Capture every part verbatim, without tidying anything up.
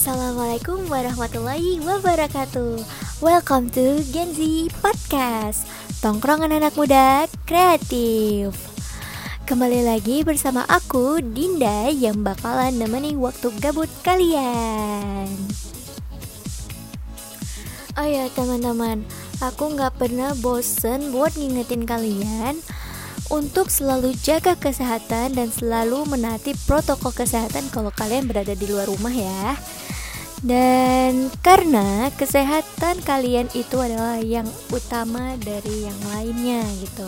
Assalamualaikum warahmatullahi wabarakatuh. Welcome to Gen Z Podcast, tongkrongan anak muda kreatif. Kembali lagi bersama aku, Dinda, yang bakalan nemenin waktu gabut kalian. Oh ya teman-teman, aku gak pernah bosen buat ngingetin kalian untuk selalu jaga kesehatan dan selalu menaati protokol kesehatan kalau kalian berada di luar rumah ya. Dan karena kesehatan kalian itu adalah yang utama dari yang lainnya gitu.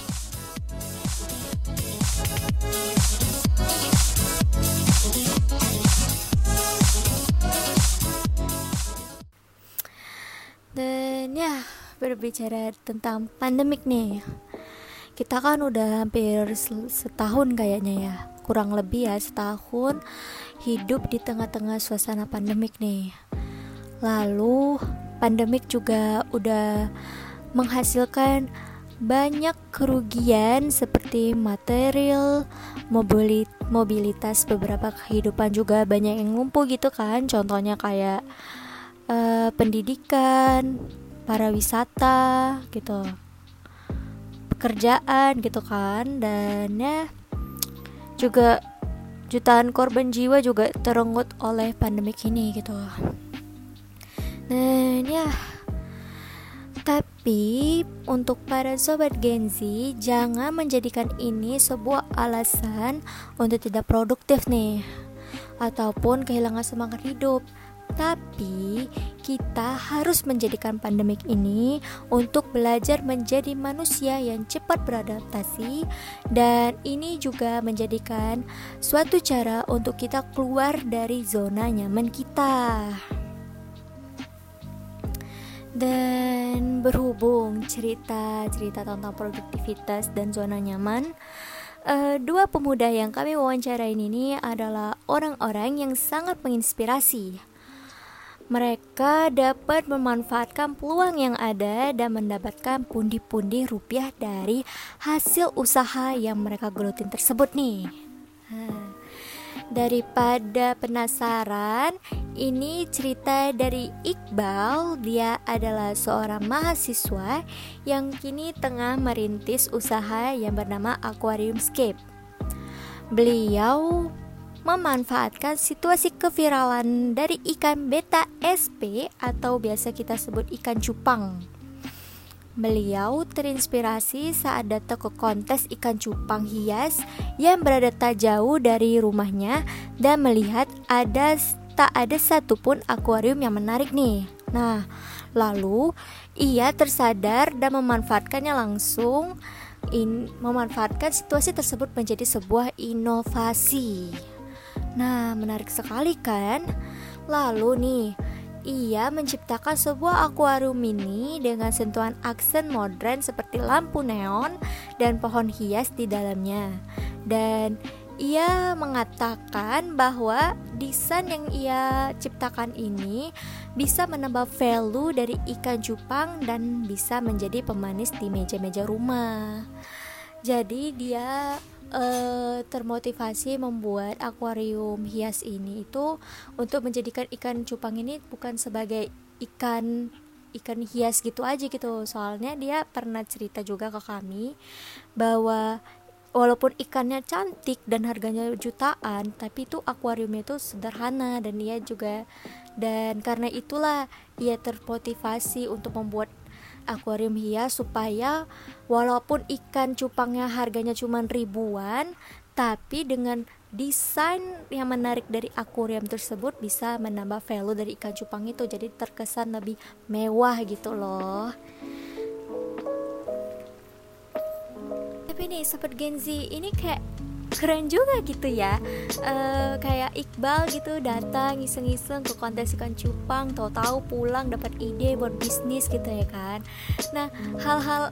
Dan ya, berbicara tentang pandemik nih, kita kan udah hampir setahun kayaknya ya, kurang lebih ya setahun hidup di tengah-tengah suasana pandemik nih. Lalu pandemik juga udah menghasilkan banyak kerugian seperti material, mobilitas, beberapa kehidupan juga banyak yang lumpuh gitu kan. Contohnya kayak uh, pendidikan, pariwisata gitu, pekerjaan gitu kan. Dan ya juga jutaan korban jiwa juga terenggut oleh pandemik ini gitu. Dan ya, tapi untuk para sobat Gen Z, jangan menjadikan ini sebuah alasan untuk tidak produktif nih, ataupun kehilangan semangat hidup. Tapi kita harus menjadikan pandemik ini untuk belajar menjadi manusia yang cepat beradaptasi. Dan ini juga menjadikan suatu cara untuk kita keluar dari zona nyaman kita. Dan berhubung cerita-cerita tentang produktivitas dan zona nyaman, uh, dua pemuda yang kami wawancarain ini adalah orang-orang yang sangat menginspirasi. Mereka dapat memanfaatkan peluang yang ada dan mendapatkan pundi-pundi rupiah dari hasil usaha yang mereka gelutin tersebut nih. Hmm. Daripada penasaran, ini cerita dari Iqbal. Dia adalah seorang mahasiswa yang kini tengah merintis usaha yang bernama Aquariumscape. Beliau memanfaatkan situasi keviralan dari ikan beta S P atau biasa kita sebut ikan cupang. Beliau terinspirasi saat datang ke kontes ikan cupang hias yang berada tak jauh dari rumahnya dan melihat ada tak ada satupun akuarium yang menarik nih. Nah, lalu ia tersadar dan memanfaatkannya langsung in, memanfaatkan situasi tersebut menjadi sebuah inovasi. Nah, menarik sekali kan? Lalu nih, ia menciptakan sebuah akuarium mini dengan sentuhan aksen modern seperti lampu neon dan pohon hias di dalamnya. Dan ia mengatakan bahwa desain yang ia ciptakan ini bisa menambah value dari ikan cupang dan bisa menjadi pemanis di meja-meja rumah. Jadi dia uh, termotivasi membuat akuarium hias ini itu untuk menjadikan ikan cupang ini bukan sebagai ikan ikan hias gitu aja gitu. Soalnya dia pernah cerita juga ke kami bahwa walaupun ikannya cantik dan harganya jutaan, tapi itu akuariumnya itu sederhana. Dan dia juga dan karena itulah ia termotivasi untuk membuat akuarium hias supaya walaupun ikan cupangnya harganya cuma ribuan, tapi dengan desain yang menarik dari akuarium tersebut bisa menambah value dari ikan cupang itu, jadi terkesan lebih mewah gitu loh. Tapi nih sobat Gen Z, ini kayak keren juga gitu ya. uh, Kayak Iqbal gitu datang iseng-iseng ke kontes ikan cupang, tahu-tahu pulang dapat ide buat bisnis gitu ya kan. Nah, hal-hal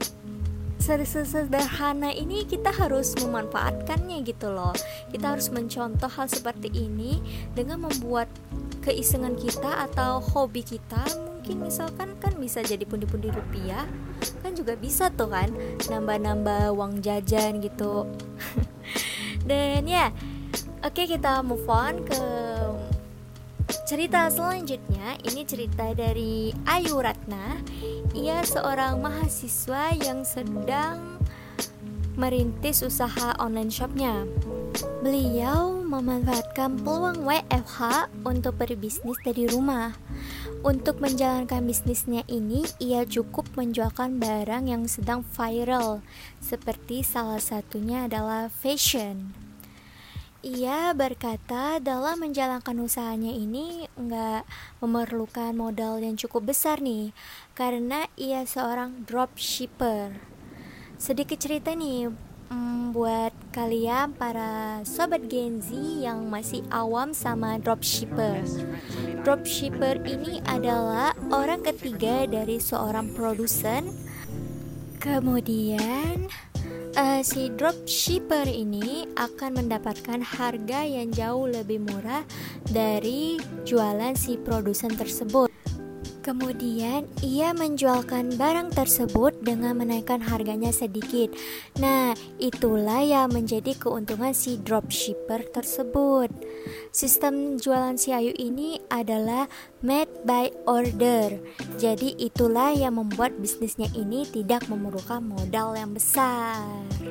sederhana ini kita harus memanfaatkannya gitu loh. Kita harus mencontoh hal seperti ini dengan membuat keisengan kita atau hobi kita. Mungkin misalkan kan bisa jadi pundi-pundi rupiah, kan juga bisa tuh kan nambah-nambah uang jajan gitu. Dan ya, oke, kita move on ke Cerita selanjutnya, ini cerita dari Ayu Ratna. Ia seorang mahasiswa yang sedang merintis usaha online shopnya. Beliau memanfaatkan peluang W F H untuk berbisnis dari rumah. Untuk menjalankan bisnisnya ini, ia cukup menjualkan barang yang sedang viral, seperti salah satunya adalah fashion. Ia berkata dalam menjalankan usahanya ini nggak memerlukan modal yang cukup besar nih, karena ia seorang dropshipper. Sedikit cerita nih hmm, buat kalian para sobat Gen Z yang masih awam sama dropshipper. Dropshipper ini adalah orang ketiga dari seorang produsen. Kemudian uh, si dropshipper ini akan mendapatkan harga yang jauh lebih murah dari jualan si produsen tersebut. Kemudian ia menjualkan barang tersebut dengan menaikkan harganya sedikit. Nah, itulah yang menjadi keuntungan si dropshipper tersebut. Sistem jualan si Ayu ini adalah made by order. Jadi itulah yang membuat bisnisnya ini tidak memerlukan modal yang besar.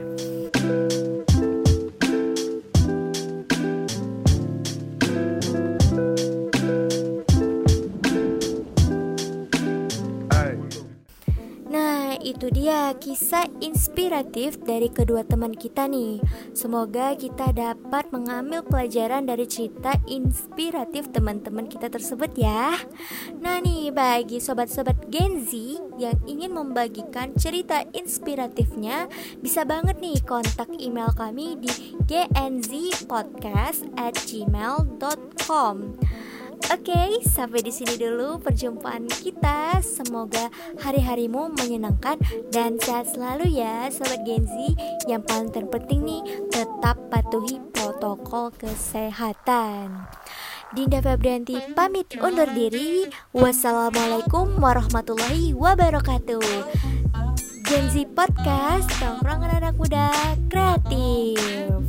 Itu dia kisah inspiratif dari kedua teman kita nih. Semoga kita dapat mengambil pelajaran dari cerita inspiratif teman-teman kita tersebut ya. Nah nih, bagi sobat-sobat Gen Z yang ingin membagikan cerita inspiratifnya, bisa banget nih kontak email kami di g n z podcast at gmail dot com. Oke, okay, sampai di sini dulu perjumpaan kita. Semoga hari-harimu menyenangkan dan sehat selalu ya, sobat Gen Z. Yang paling terpenting nih, tetap patuhi protokol kesehatan. Dinda Febrianti pamit undur diri. Wassalamualaikum warahmatullahi wabarakatuh. Gen Z Podcast, tongkrongan anak muda kreatif.